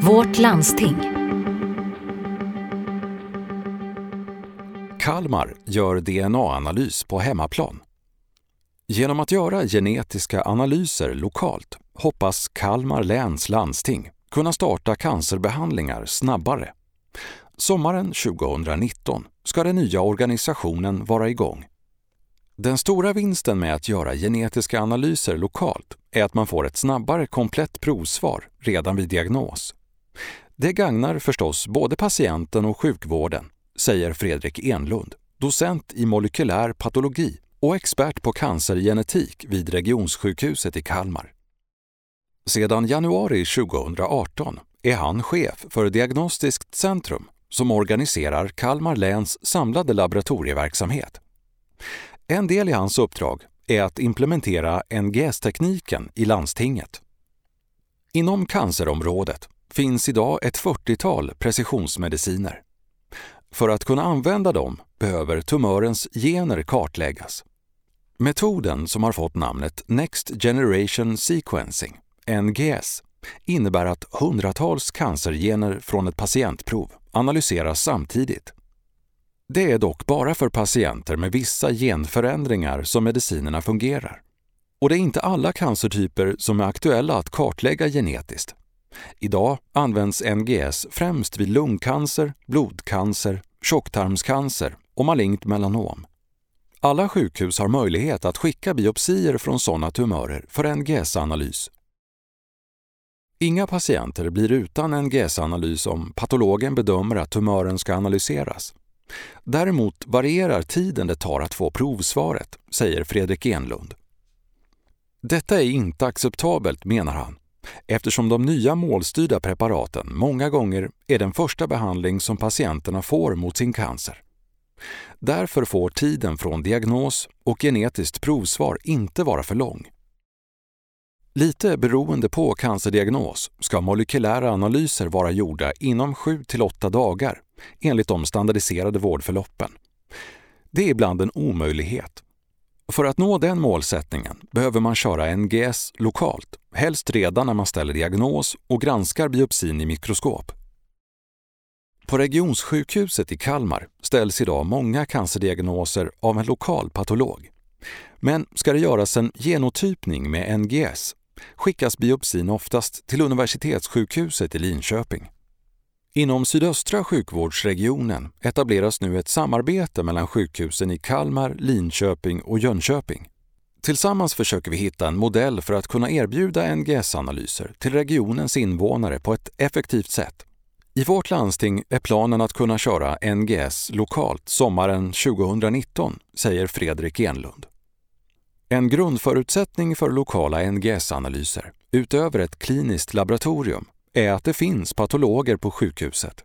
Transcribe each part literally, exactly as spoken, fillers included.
Vårt landsting. Kalmar gör D N A-analys på hemmaplan. Genom att göra genetiska analyser lokalt hoppas Kalmar läns landsting kunna starta cancerbehandlingar snabbare. Sommaren tjugonitton ska den nya organisationen vara igång. Den stora vinsten med att göra genetiska analyser lokalt är att man får ett snabbare komplett provsvar redan vid diagnos. Det gagnar förstås både patienten och sjukvården, säger Fredrik Enlund, docent i molekylär patologi och expert på cancergenetik vid Regionsjukhuset i Kalmar. Sedan januari tjugoarton är han chef för Diagnostiskt centrum som organiserar Kalmar läns samlade laboratorieverksamhet. En del i hans uppdrag är att implementera N G S-tekniken i landstinget. Inom cancerområdet finns idag ett fyrtiotal precisionsmediciner. För att kunna använda dem behöver tumörens gener kartläggas. Metoden, som har fått namnet Next Generation Sequencing, N G S, innebär att hundratals cancergener från ett patientprov analyseras samtidigt. Det är dock bara för patienter med vissa genförändringar som medicinerna fungerar. Och det är inte alla cancertyper som är aktuella att kartlägga genetiskt. Idag används N G S främst vid lungcancer, blodcancer, tjocktarmscancer och malignt melanom. Alla sjukhus har möjlighet att skicka biopsier från sådana tumörer för N G S-analys. Inga patienter blir utan N G S-analys om patologen bedömer att tumören ska analyseras. Däremot varierar tiden det tar att få provsvaret, säger Fredrik Enlund. Detta är inte acceptabelt, menar han, eftersom de nya målstyrda preparaten många gånger är den första behandling som patienterna får mot sin cancer. Därför får tiden från diagnos och genetiskt provsvar inte vara för lång. Lite beroende på cancerdiagnos ska molekylära analyser vara gjorda inom sju till åtta dagar enligt de standardiserade vårdförloppen. Det är ibland en omöjlighet. För att nå den målsättningen behöver man köra N G S lokalt, helst redan när man ställer diagnos och granskar biopsin i mikroskop. På Regionsjukhuset i Kalmar ställs idag många cancerdiagnoser av en lokal patolog. Men ska det göras en genotypning med N G S skickas biopsin oftast till Universitetssjukhuset i Linköping. Inom sydöstra sjukvårdsregionen etableras nu ett samarbete mellan sjukhusen i Kalmar, Linköping och Jönköping. Tillsammans försöker vi hitta en modell för att kunna erbjuda N G S-analyser till regionens invånare på ett effektivt sätt. I vårt landsting är planen att kunna köra N G S lokalt sommaren tjugonitton, säger Fredrik Enlund. En grundförutsättning för lokala N G S-analyser, utöver ett kliniskt laboratorium, är att det finns patologer på sjukhuset.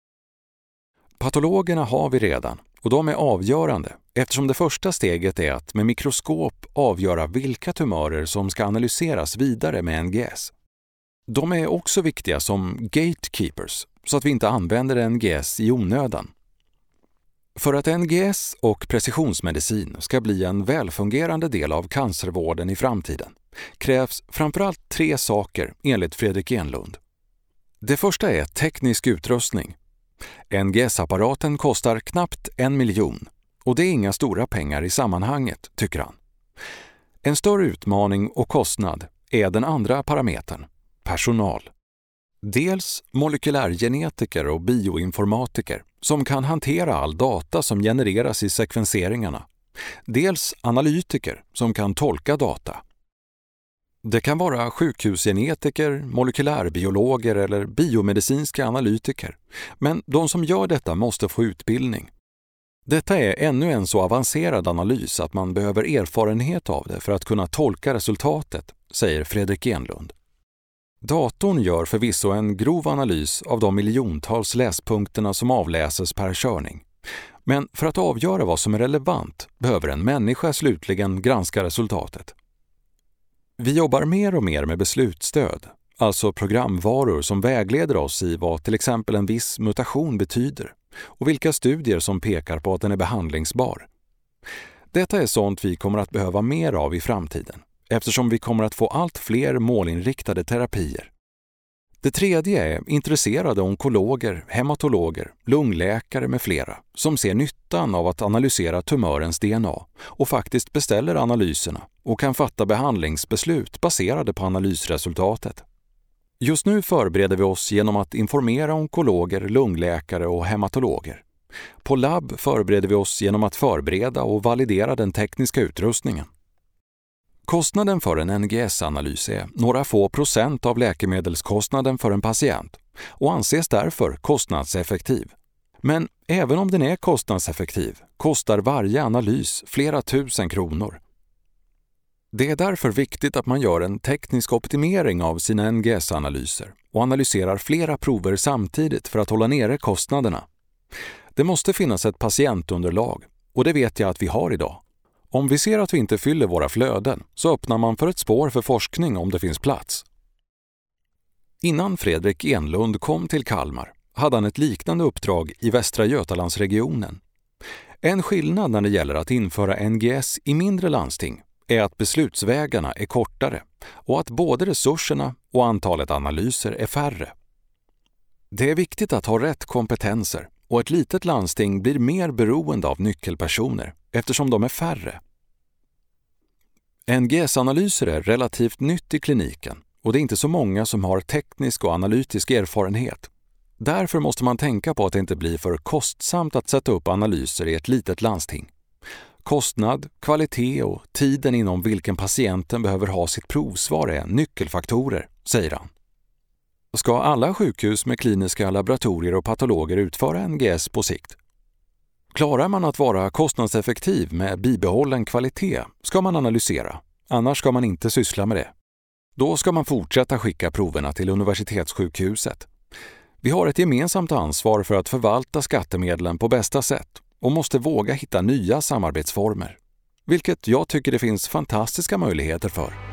Patologerna har vi redan och de är avgörande eftersom det första steget är att med mikroskop avgöra vilka tumörer som ska analyseras vidare med N G S. De är också viktiga som gatekeepers så att vi inte använder N G S i onödan. För att N G S och precisionsmedicin ska bli en välfungerande del av cancervården i framtiden krävs framförallt tre saker enligt Fredrik Enlund. Det första är teknisk utrustning. N G S-apparaten kostar knappt en miljon och det är inga stora pengar i sammanhanget, tycker han. En större utmaning och kostnad är den andra parametern, personal. Dels molekylärgenetiker och bioinformatiker som kan hantera all data som genereras i sekvenseringarna. Dels analytiker som kan tolka data. Det kan vara sjukhusgenetiker, molekylärbiologer eller biomedicinska analytiker, men de som gör detta måste få utbildning. Detta är ännu en så avancerad analys att man behöver erfarenhet av det för att kunna tolka resultatet, säger Fredrik Enlund. Datorn gör förvisso en grov analys av de miljontals läspunkterna som avläses per körning. Men för att avgöra vad som är relevant behöver en människa slutligen granska resultatet. Vi jobbar mer och mer med beslutsstöd, alltså programvaror som vägleder oss i vad till exempel en viss mutation betyder och vilka studier som pekar på att den är behandlingsbar. Detta är sånt vi kommer att behöva mer av i framtiden, eftersom vi kommer att få allt fler målinriktade terapier. Det tredje är intresserade onkologer, hematologer, lungläkare med flera som ser nyttan av att analysera tumörens D N A och faktiskt beställer analyserna och kan fatta behandlingsbeslut baserade på analysresultatet. Just nu förbereder vi oss genom att informera onkologer, lungläkare och hematologer. På labb förbereder vi oss genom att förbereda och validera den tekniska utrustningen. Kostnaden för en N G S-analys är några få procent av läkemedelskostnaden för en patient och anses därför kostnadseffektiv. Men även om den är kostnadseffektiv kostar varje analys flera tusen kronor. Det är därför viktigt att man gör en teknisk optimering av sina N G S-analyser och analyserar flera prover samtidigt för att hålla nere kostnaderna. Det måste finnas ett patientunderlag och det vet jag att vi har idag. Om vi ser att vi inte fyller våra flöden så öppnar man för ett spår för forskning om det finns plats. Innan Fredrik Enlund kom till Kalmar hade han ett liknande uppdrag i Västra Götalandsregionen. En skillnad när det gäller att införa N G S i mindre landsting är att beslutsvägarna är kortare och att både resurserna och antalet analyser är färre. Det är viktigt att ha rätt kompetenser och ett litet landsting blir mer beroende av nyckelpersoner eftersom de är färre. N G S-analyser är relativt nytt i kliniken och det är inte så många som har teknisk och analytisk erfarenhet. Därför måste man tänka på att det inte blir för kostsamt att sätta upp analyser i ett litet landsting. Kostnad, kvalitet och tiden inom vilken patienten behöver ha sitt provsvar är nyckelfaktorer, säger han. Ska alla sjukhus med kliniska laboratorier och patologer utföra N G S på sikt? Klarar man att vara kostnadseffektiv med bibehållen kvalitet ska man analysera, annars ska man inte syssla med det. Då ska man fortsätta skicka proverna till universitetssjukhuset. Vi har ett gemensamt ansvar för att förvalta skattemedlen på bästa sätt och måste våga hitta nya samarbetsformer, vilket jag tycker det finns fantastiska möjligheter för.